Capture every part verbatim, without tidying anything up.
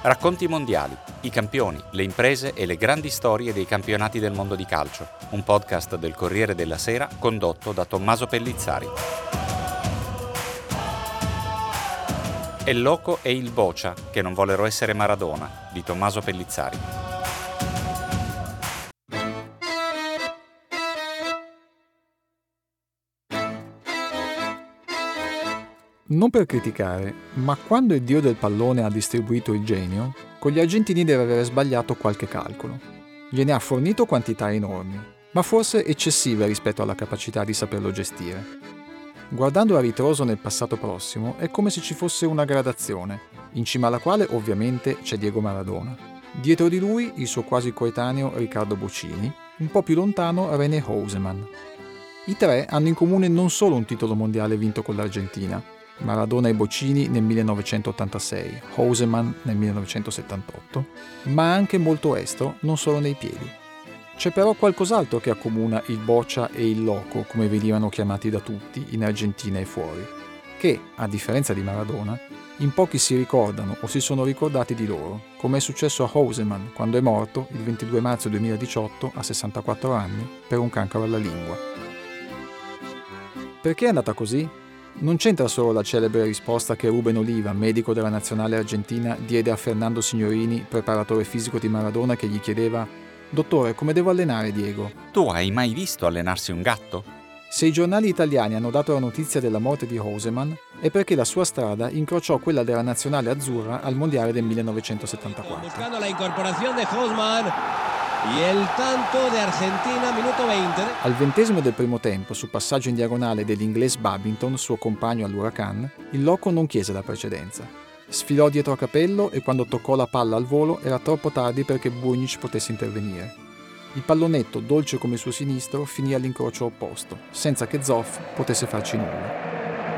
Racconti mondiali, i campioni, le imprese e le grandi storie dei campionati del mondo di calcio. Un podcast del Corriere della Sera condotto da Tommaso Pellizzari. El Loco e il Bocia, che non vollero essere Maradona, di Tommaso Pellizzari. Non per criticare, ma quando il dio del pallone ha distribuito il genio, con gli argentini deve avere sbagliato qualche calcolo. Gliene ha fornito quantità enormi, ma forse eccessive rispetto alla capacità di saperlo gestire. Guardando a ritroso nel passato prossimo, è come se ci fosse una gradazione, in cima alla quale ovviamente c'è Diego Maradona. Dietro di lui il suo quasi coetaneo Riccardo Bochini, un po' più lontano René Houseman. I tre hanno in comune non solo un titolo mondiale vinto con l'Argentina, Maradona e Bochini nel millenovecentottantasei, Houseman nel millenovecentosettantotto, ma anche molto estro, non solo nei piedi. C'è però qualcos'altro che accomuna il Bocia e il Loco, come venivano chiamati da tutti, in Argentina e fuori, che, a differenza di Maradona, in pochi si ricordano o si sono ricordati di loro, come è successo a Houseman quando è morto il ventidue marzo duemiladiciotto a sessantaquattro anni per un cancro alla lingua. Perché è andata così? Non c'entra solo la celebre risposta che Ruben Oliva, medico della nazionale argentina, diede a Fernando Signorini, preparatore fisico di Maradona, che gli chiedeva: «Dottore, come devo allenare Diego?» Tu hai mai visto allenarsi un gatto? Se i giornali italiani hanno dato la notizia della morte di Houseman è perché la sua strada incrociò quella della nazionale azzurra al mondiale del millenovecentosettantaquattro. Buscando la incorporazione di Houseman e il tanto di Argentina, minuto venti. Al ventesimo del primo tempo, su passaggio in diagonale dell'inglese Babington, suo compagno all'Huracan, il Loco non chiese la precedenza. Sfilò dietro a capello e quando toccò la palla al volo era troppo tardi perché Bunic potesse intervenire. Il pallonetto, dolce come il suo sinistro, finì all'incrocio opposto, senza che Zoff potesse farci nulla.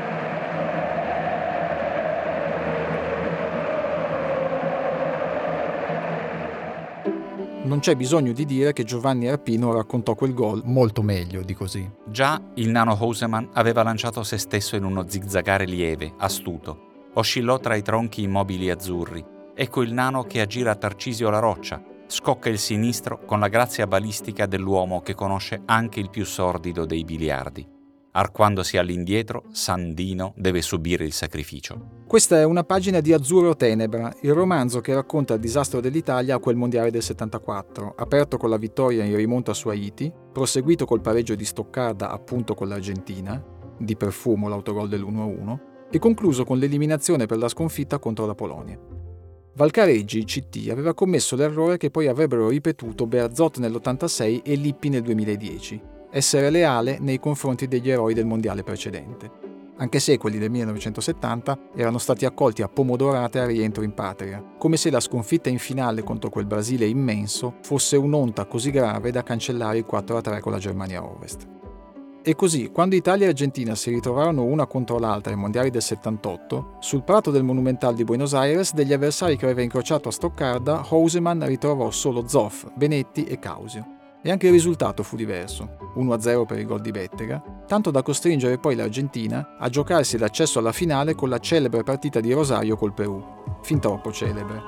Non c'è bisogno di dire che Giovanni Arpino raccontò quel gol molto meglio di così. Già il nano Houseman aveva lanciato se stesso in uno zigzagare lieve, astuto. Oscillò tra i tronchi immobili azzurri. Ecco il nano che aggira Tarcisio La Roccia. Scocca il sinistro con la grazia balistica dell'uomo che conosce anche il più sordido dei biliardi. Arcuandosi all'indietro, Sandino deve subire il sacrificio. Questa è una pagina di Azzurro Tenebra, il romanzo che racconta il disastro dell'Italia a quel mondiale del settantaquattro, aperto con la vittoria in rimonta su Haiti, proseguito col pareggio di Stoccarda appunto con l'Argentina, di Perfumo l'autogol dell'uno a uno, e concluso con l'eliminazione per la sconfitta contro la Polonia. Valcareggi, C T, aveva commesso l'errore che poi avrebbero ripetuto Bearzot nell'ottantasei e Lippi nel duemiladieci. Essere leale nei confronti degli eroi del mondiale precedente, anche se quelli del millenovecentosettanta erano stati accolti a pomodorate al rientro in patria, come se la sconfitta in finale contro quel Brasile immenso fosse un'onta così grave da cancellare il quattro a tre con la Germania Ovest. E così, quando Italia e Argentina si ritrovarono una contro l'altra ai mondiali del settantotto, sul prato del Monumental di Buenos Aires, degli avversari che aveva incrociato a Stoccarda, Houseman ritrovò solo Zoff, Benetti e Causio. E anche il risultato fu diverso, uno a zero per il gol di Bettega, tanto da costringere poi l'Argentina a giocarsi l'accesso alla finale con la celebre partita di Rosario col Perù, fin troppo celebre.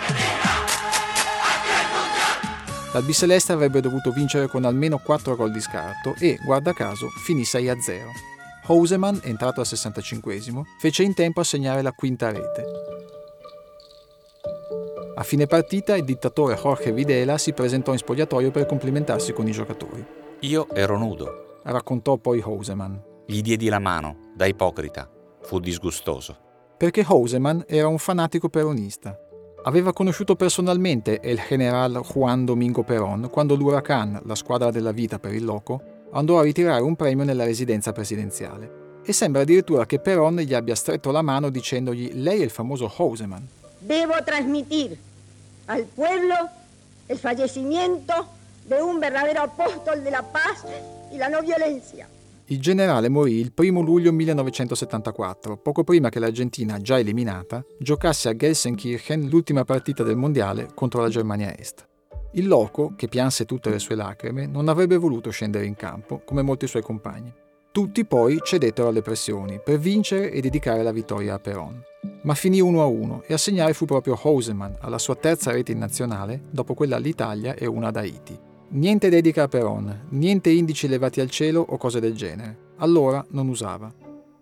L'Albiceleste avrebbe dovuto vincere con almeno quattro gol di scarto e, guarda caso, finì sei a zero. Houseman, entrato al sessantacinquesimo, fece in tempo a segnare la quinta rete. A fine partita il dittatore Jorge Videla si presentò in spogliatoio per complimentarsi con i giocatori. Io ero nudo, raccontò poi Houseman. Gli diedi la mano, da ipocrita. Fu disgustoso. Perché Houseman era un fanatico peronista. Aveva conosciuto personalmente el general Juan Domingo Perón quando l'Huracan, la squadra della vita per il Loco, andò a ritirare un premio nella residenza presidenziale. E sembra addirittura che Perón gli abbia stretto la mano dicendogli: «Lei è il famoso Houseman». Debo transmitir al pueblo el fallecimiento de un verdadero apóstol de la paz y la no violencia. Il generale morì il primo luglio millenovecentosettantaquattro, poco prima che l'Argentina, già eliminata, giocasse a Gelsenkirchen l'ultima partita del mondiale contro la Germania Est. Il Loco, che pianse tutte le sue lacrime, non avrebbe voluto scendere in campo, come molti suoi compagni. Tutti poi cedettero alle pressioni per vincere e dedicare la vittoria a Perón. ma finì uno a uno e a segnare fu proprio Houseman alla sua terza rete in nazionale dopo quella all'Italia e una ad Haiti. Niente dedica a Peron, niente indici levati al cielo o cose del genere. Allora non usava.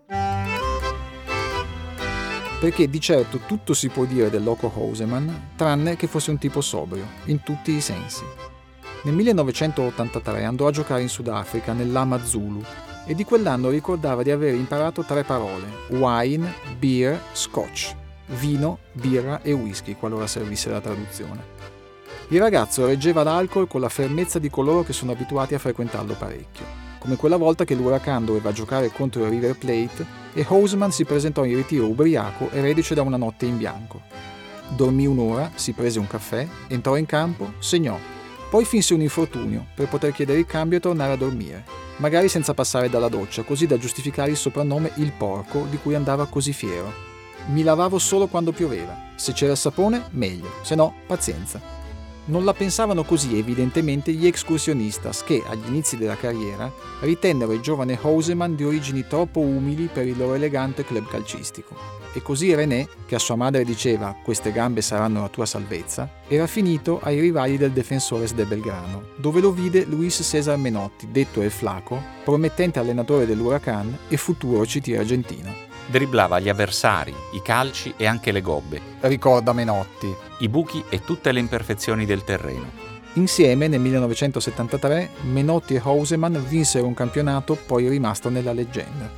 Perché di certo tutto si può dire del loco Houseman, tranne che fosse un tipo sobrio, in tutti i sensi. Nel millenovecentottantatré andò a giocare in Sudafrica nell'Ama Zulu e di quell'anno ricordava di aver imparato tre parole: wine, beer, scotch, vino, birra e whisky, qualora servisse la traduzione. Il ragazzo reggeva l'alcol con la fermezza di coloro che sono abituati a frequentarlo parecchio, come quella volta che l'Huracan doveva giocare contro il River Plate e Houseman si presentò in ritiro ubriaco e reduce da una notte in bianco. Dormì un'ora, si prese un caffè, entrò in campo, segnò. Poi finse un infortunio per poter chiedere il cambio e tornare a dormire, magari senza passare dalla doccia, così da giustificare il soprannome Il Porco di cui andava così fiero. Mi lavavo solo quando pioveva. Se c'era il sapone, meglio, se no, pazienza. Non la pensavano così evidentemente gli excursionistas che, agli inizi della carriera, ritennero il giovane Houseman di origini troppo umili per il loro elegante club calcistico. E così René, che a sua madre diceva «queste gambe saranno la tua salvezza», era finito ai rivali del Defensores de Belgrano, dove lo vide Luis César Menotti, detto El Flaco, promettente allenatore dell'Huracan e futuro C T argentino. Dribblava gli avversari, i calci e anche le gobbe. Ricorda Menotti. I buchi e tutte le imperfezioni del terreno. Insieme, nel millenovecentosettantatré, Menotti e Houseman vinsero un campionato poi rimasto nella leggenda.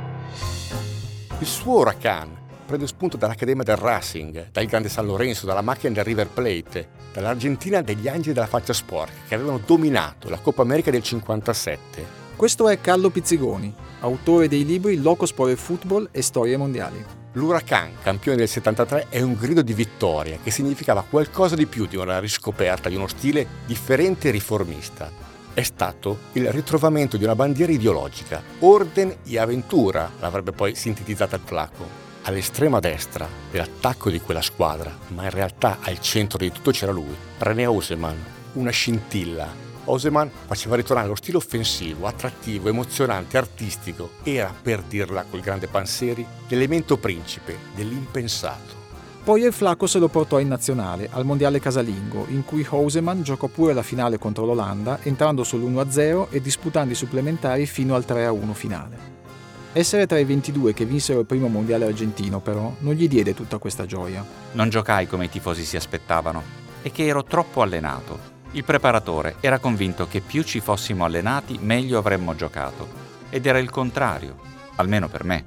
Il suo Huracan prende spunto dall'Accademia del Racing, dal Grande San Lorenzo, dalla macchina del River Plate, dall'Argentina degli Angeli della Faccia Sporca, che avevano dominato la Coppa America del cinquantasette. Questo è Carlo Pizzigoni, autore dei libri Locos por el Football e Storie Mondiali. L'Huracan, campione del settantatré, è un grido di vittoria che significava qualcosa di più di una riscoperta di uno stile differente e riformista. È stato il ritrovamento di una bandiera ideologica, Orden y Aventura, l'avrebbe poi sintetizzata il Flaco, all'estrema destra dell'attacco di quella squadra, ma in realtà al centro di tutto c'era lui, René Houseman, una scintilla. Houseman faceva ritornare lo stile offensivo, attrattivo, emozionante, artistico. Era, per dirla col grande Panseri, l'elemento principe dell'impensato. Poi il Flaco se lo portò in nazionale, al mondiale casalingo, in cui Houseman giocò pure la finale contro l'Olanda, entrando sull'uno a zero e disputando i supplementari fino al tre a uno finale. Essere tra i ventidue che vinsero il primo mondiale argentino, però, non gli diede tutta questa gioia. Non giocai come i tifosi si aspettavano, e che ero troppo allenato. Il preparatore era convinto che più ci fossimo allenati, meglio avremmo giocato. Ed era il contrario, almeno per me.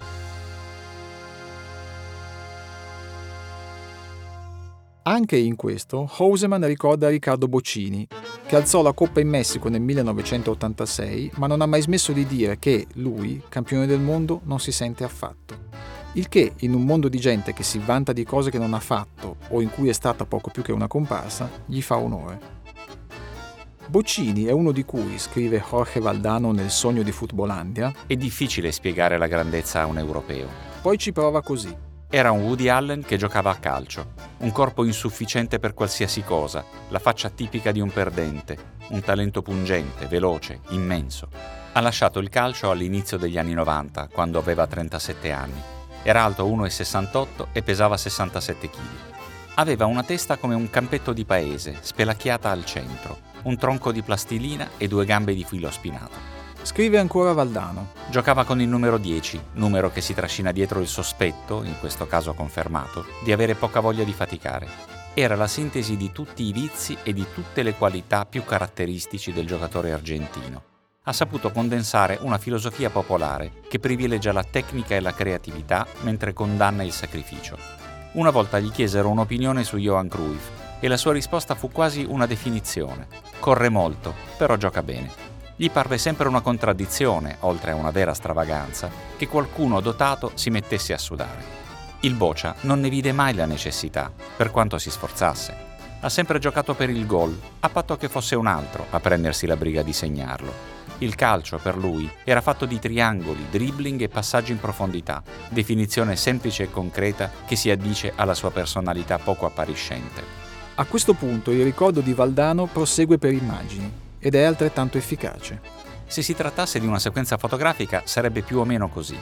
Anche in questo, Houseman ricorda Riccardo Boccini, che alzò la Coppa in Messico nel millenovecentottantasei, ma non ha mai smesso di dire che lui, campione del mondo, non si sente affatto. Il che, in un mondo di gente che si vanta di cose che non ha fatto o in cui è stata poco più che una comparsa, gli fa onore. Boccini è uno di cui, scrive Jorge Valdano nel Sogno di Footballandia, è difficile spiegare la grandezza a un europeo. Poi ci prova così. Era un Woody Allen che giocava a calcio, un corpo insufficiente per qualsiasi cosa, la faccia tipica di un perdente, un talento pungente, veloce, immenso. Ha lasciato il calcio all'inizio degli anni novanta, quando aveva trentasette anni. Era alto uno virgola sessantotto e pesava sessantasette chili. Aveva una testa come un campetto di paese, spelacchiata al centro, un tronco di plastilina e due gambe di filo spinato. Scrive ancora Valdano. Giocava con il numero dieci, numero che si trascina dietro il sospetto, in questo caso confermato, di avere poca voglia di faticare. Era la sintesi di tutti i vizi e di tutte le qualità più caratteristici del giocatore argentino. Ha saputo condensare una filosofia popolare che privilegia la tecnica e la creatività mentre condanna il sacrificio. Una volta gli chiesero un'opinione su Johan Cruyff e la sua risposta fu quasi una definizione. Corre molto, però gioca bene. Gli parve sempre una contraddizione, oltre a una vera stravaganza, che qualcuno dotato si mettesse a sudare. Il Boccia non ne vide mai la necessità, per quanto si sforzasse. Ha sempre giocato per il gol, a patto che fosse un altro a prendersi la briga di segnarlo. Il calcio, per lui, era fatto di triangoli, dribbling e passaggi in profondità, definizione semplice e concreta che si addice alla sua personalità poco appariscente. A questo punto il ricordo di Valdano prosegue per immagini, ed è altrettanto efficace. Se si trattasse di una sequenza fotografica sarebbe più o meno così.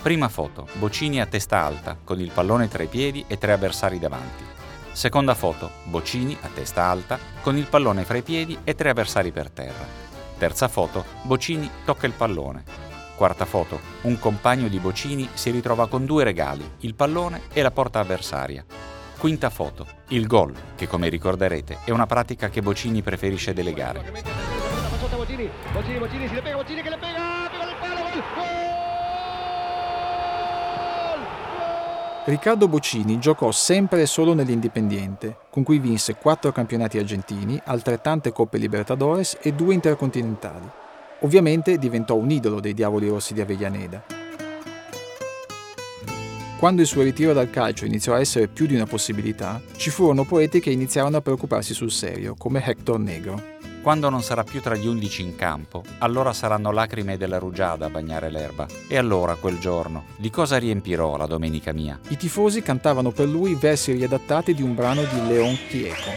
Prima foto, Boccini a testa alta, con il pallone tra i piedi e tre avversari davanti. Seconda foto, Boccini a testa alta, con il pallone fra i piedi e tre avversari per terra. Terza foto, Boccini tocca il pallone. Quarta foto, un compagno di Boccini si ritrova con due regali, il pallone e la porta avversaria. Quinta foto, il gol, che come ricorderete è una pratica che Boccini preferisce delegare. Boccini, Boccini, Boccini, si le pega, Boccini che le pega, pega il palo, gol! Riccardo Boccini giocò sempre e solo nell'Independiente, con cui vinse quattro campionati argentini, altrettante Coppe Libertadores e due intercontinentali. Ovviamente diventò un idolo dei Diavoli Rossi di Avellaneda. Quando il suo ritiro dal calcio iniziò a essere più di una possibilità, ci furono poeti che iniziarono a preoccuparsi sul serio, come Héctor Negro. Quando non sarà più tra gli undici in campo, allora saranno lacrime della rugiada a bagnare l'erba. E allora, quel giorno, di cosa riempirò la domenica mia? I tifosi cantavano per lui versi riadattati di un brano di Leon Gieco.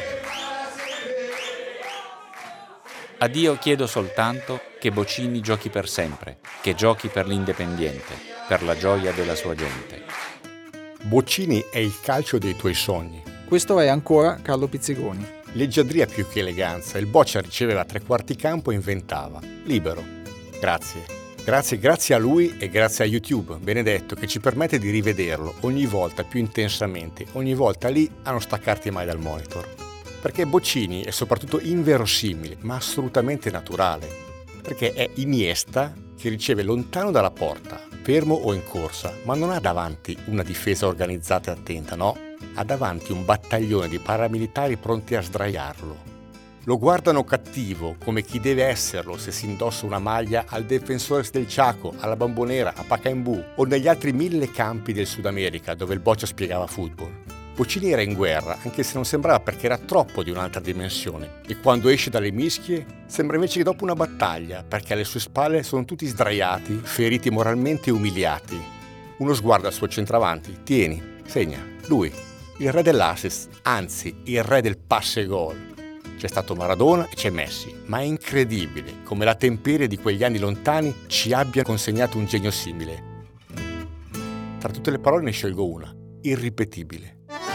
A Dio chiedo soltanto che Boccini giochi per sempre, che giochi per l'Independiente, per la gioia della sua gente. Boccini è il calcio dei tuoi sogni. Questo è ancora Carlo Pizzigoni. Leggiadria più che eleganza, il Boccia riceveva tre quarti campo e inventava. Libero. Grazie. Grazie, grazie a lui e grazie a YouTube, benedetto, che ci permette di rivederlo ogni volta più intensamente, ogni volta lì a non staccarti mai dal monitor. Perché Boccini è soprattutto inverosimile, ma assolutamente naturale. Perché è Iniesta che riceve lontano dalla porta, fermo o in corsa, ma non ha davanti una difesa organizzata e attenta, no? Ha davanti un battaglione di paramilitari pronti a sdraiarlo. Lo guardano cattivo, come chi deve esserlo se si indossa una maglia al Defensores del Chaco, alla Bombonera, a Pacaembu o negli altri mille campi del Sud America dove il Boccia spiegava football. Boccini era in guerra, anche se non sembrava perché era troppo di un'altra dimensione. E quando esce dalle mischie, sembra invece che dopo una battaglia, perché alle sue spalle sono tutti sdraiati, feriti moralmente e umiliati. Uno sguardo al suo centravanti, tieni, segna, lui, il re dell'assist, anzi il re del passe gol. C'è stato Maradona e c'è Messi, ma è incredibile come la temperie di quegli anni lontani ci abbia consegnato un genio simile. Tra tutte le parole ne scelgo una, irripetibile.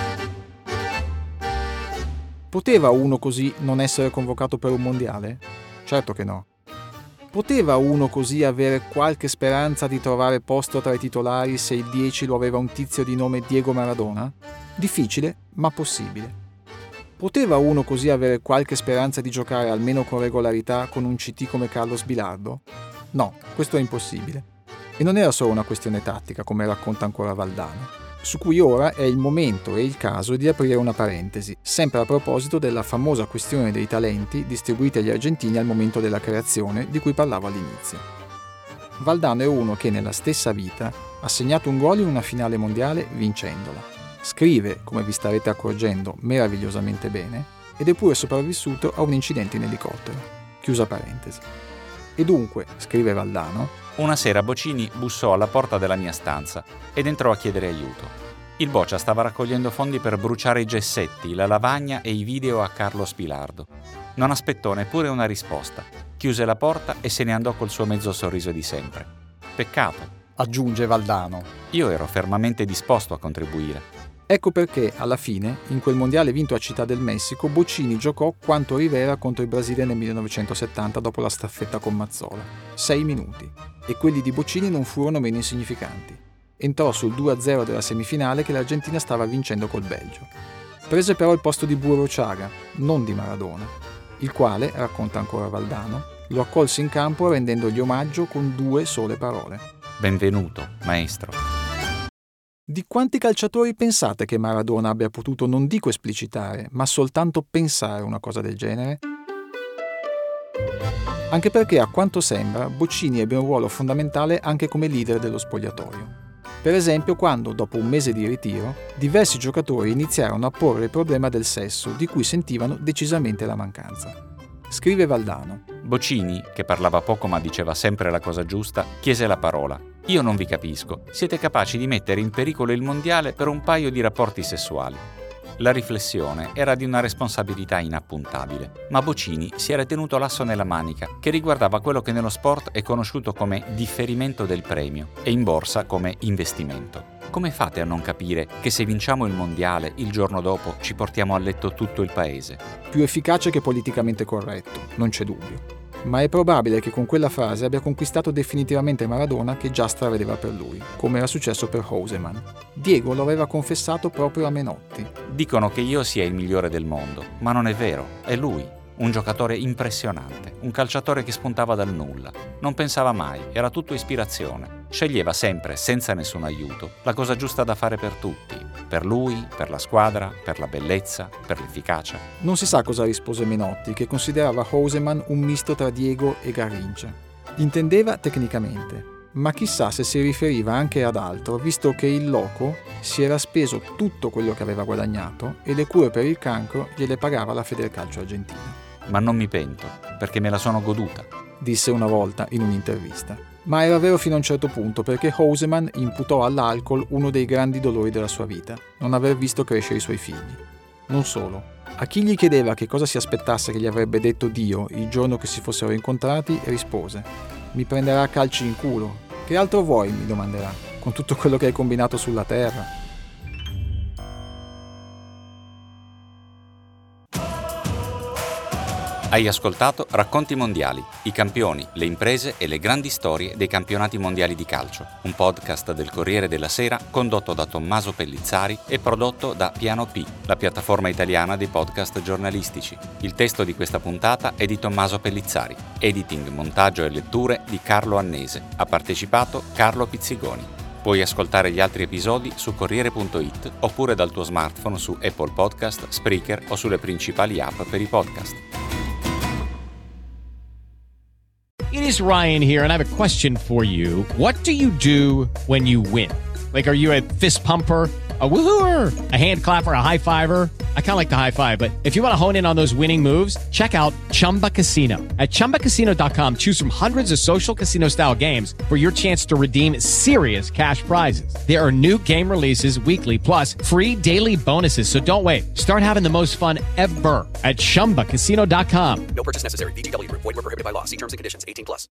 Poteva uno così non essere convocato per un mondiale? Certo che no. Poteva uno così avere qualche speranza di trovare posto tra i titolari se il dieci lo aveva un tizio di nome Diego Maradona? Difficile, ma possibile. Poteva uno così avere qualche speranza di giocare almeno con regolarità con un C T come Carlos Bilardo? No, questo è impossibile. E non era solo una questione tattica, come racconta ancora Valdano, su cui ora è il momento e il caso di aprire una parentesi, sempre a proposito della famosa questione dei talenti distribuiti agli argentini al momento della creazione di cui parlavo all'inizio. Valdano è uno che nella stessa vita ha segnato un gol in una finale mondiale vincendola. Scrive, come vi starete accorgendo, meravigliosamente bene ed è pure sopravvissuto a un incidente in elicottero. Chiusa parentesi. E dunque, scrive Valdano, una sera Boccini bussò alla porta della mia stanza ed entrò a chiedere aiuto. Il Boccia stava raccogliendo fondi per bruciare i gessetti, la lavagna e i video a Carlos Bilardo. Non aspettò neppure una risposta. Chiuse la porta e se ne andò col suo mezzo sorriso di sempre. Peccato, aggiunge Valdano. Io ero fermamente disposto a contribuire. Ecco perché, alla fine, in quel mondiale vinto a Città del Messico, Boccini giocò quanto Rivera contro il Brasile nel millenovecentosettanta dopo la staffetta con Mazzola. Sei minuti. E quelli di Boccini non furono meno insignificanti. Entrò sul due a zero della semifinale che l'Argentina stava vincendo col Belgio. Prese però il posto di Burro Chaga, non di Maradona, il quale, racconta ancora Valdano, lo accolse in campo rendendogli omaggio con due sole parole. Benvenuto, maestro. Di quanti calciatori pensate che Maradona abbia potuto non dico esplicitare, ma soltanto pensare una cosa del genere? Anche perché, a quanto sembra, Boccini ebbe un ruolo fondamentale anche come leader dello spogliatoio. Per esempio quando, dopo un mese di ritiro, diversi giocatori iniziarono a porre il problema del sesso, di cui sentivano decisamente la mancanza. Scrive Valdano. Boccini, che parlava poco ma diceva sempre la cosa giusta, chiese la parola. Io non vi capisco. Siete capaci di mettere in pericolo il mondiale per un paio di rapporti sessuali. La riflessione era di una responsabilità inappuntabile, ma Bocini si era tenuto l'asso nella manica, che riguardava quello che nello sport è conosciuto come differimento del premio e in borsa come investimento. Come fate a non capire che se vinciamo il mondiale, il giorno dopo ci portiamo a letto tutto il paese? Più efficace che politicamente corretto, non c'è dubbio. Ma è probabile che con quella frase abbia conquistato definitivamente Maradona, che già stravedeva per lui, come era successo per Houseman. Diego lo aveva confessato proprio a Menotti. Dicono che io sia il migliore del mondo, ma non è vero, è lui. Un giocatore impressionante, un calciatore che spuntava dal nulla. Non pensava mai, era tutto ispirazione. Sceglieva sempre, senza nessun aiuto, la cosa giusta da fare per tutti. Per lui, per la squadra, per la bellezza, per l'efficacia. Non si sa cosa rispose Menotti, che considerava Houseman un misto tra Diego e Garrincha. Intendeva tecnicamente, ma chissà se si riferiva anche ad altro, visto che il loco si era speso tutto quello che aveva guadagnato e le cure per il cancro gliele pagava la Federcalcio Argentina. Ma non mi pento, perché me la sono goduta, disse una volta in un'intervista. Ma era vero fino a un certo punto, perché Houseman imputò all'alcol uno dei grandi dolori della sua vita, non aver visto crescere i suoi figli. Non solo. A chi gli chiedeva che cosa si aspettasse che gli avrebbe detto Dio il giorno che si fossero incontrati, rispose: mi prenderà a calci in culo. Che altro vuoi, mi domanderà, con tutto quello che hai combinato sulla terra? Hai ascoltato Racconti Mondiali, i campioni, le imprese e le grandi storie dei campionati mondiali di calcio, un podcast del Corriere della Sera condotto da Tommaso Pellizzari e prodotto da Piano P, la piattaforma italiana dei podcast giornalistici. Il testo di questa puntata è di Tommaso Pellizzari, editing, montaggio e letture di Carlo Annese. Ha partecipato Carlo Pizzigoni. Puoi ascoltare gli altri episodi su Corriere punto it oppure dal tuo smartphone su Apple Podcast, Spreaker o sulle principali app per i podcast. It is Ryan here, and I have a question for you. What do you do when you win? Like, are you a fist pumper, a woohooer, a hand clapper, a high fiver? I kind of like the high five, but if you want to hone in on those winning moves, check out Chumba Casino. At chumba casino dot com, choose from hundreds of social casino style games for your chance to redeem serious cash prizes. There are new game releases weekly, plus free daily bonuses. So don't wait. Start having the most fun ever at chumba casino dot com. No purchase necessary. V G W Group. Void where prohibited by law. See terms and conditions. eighteen plus.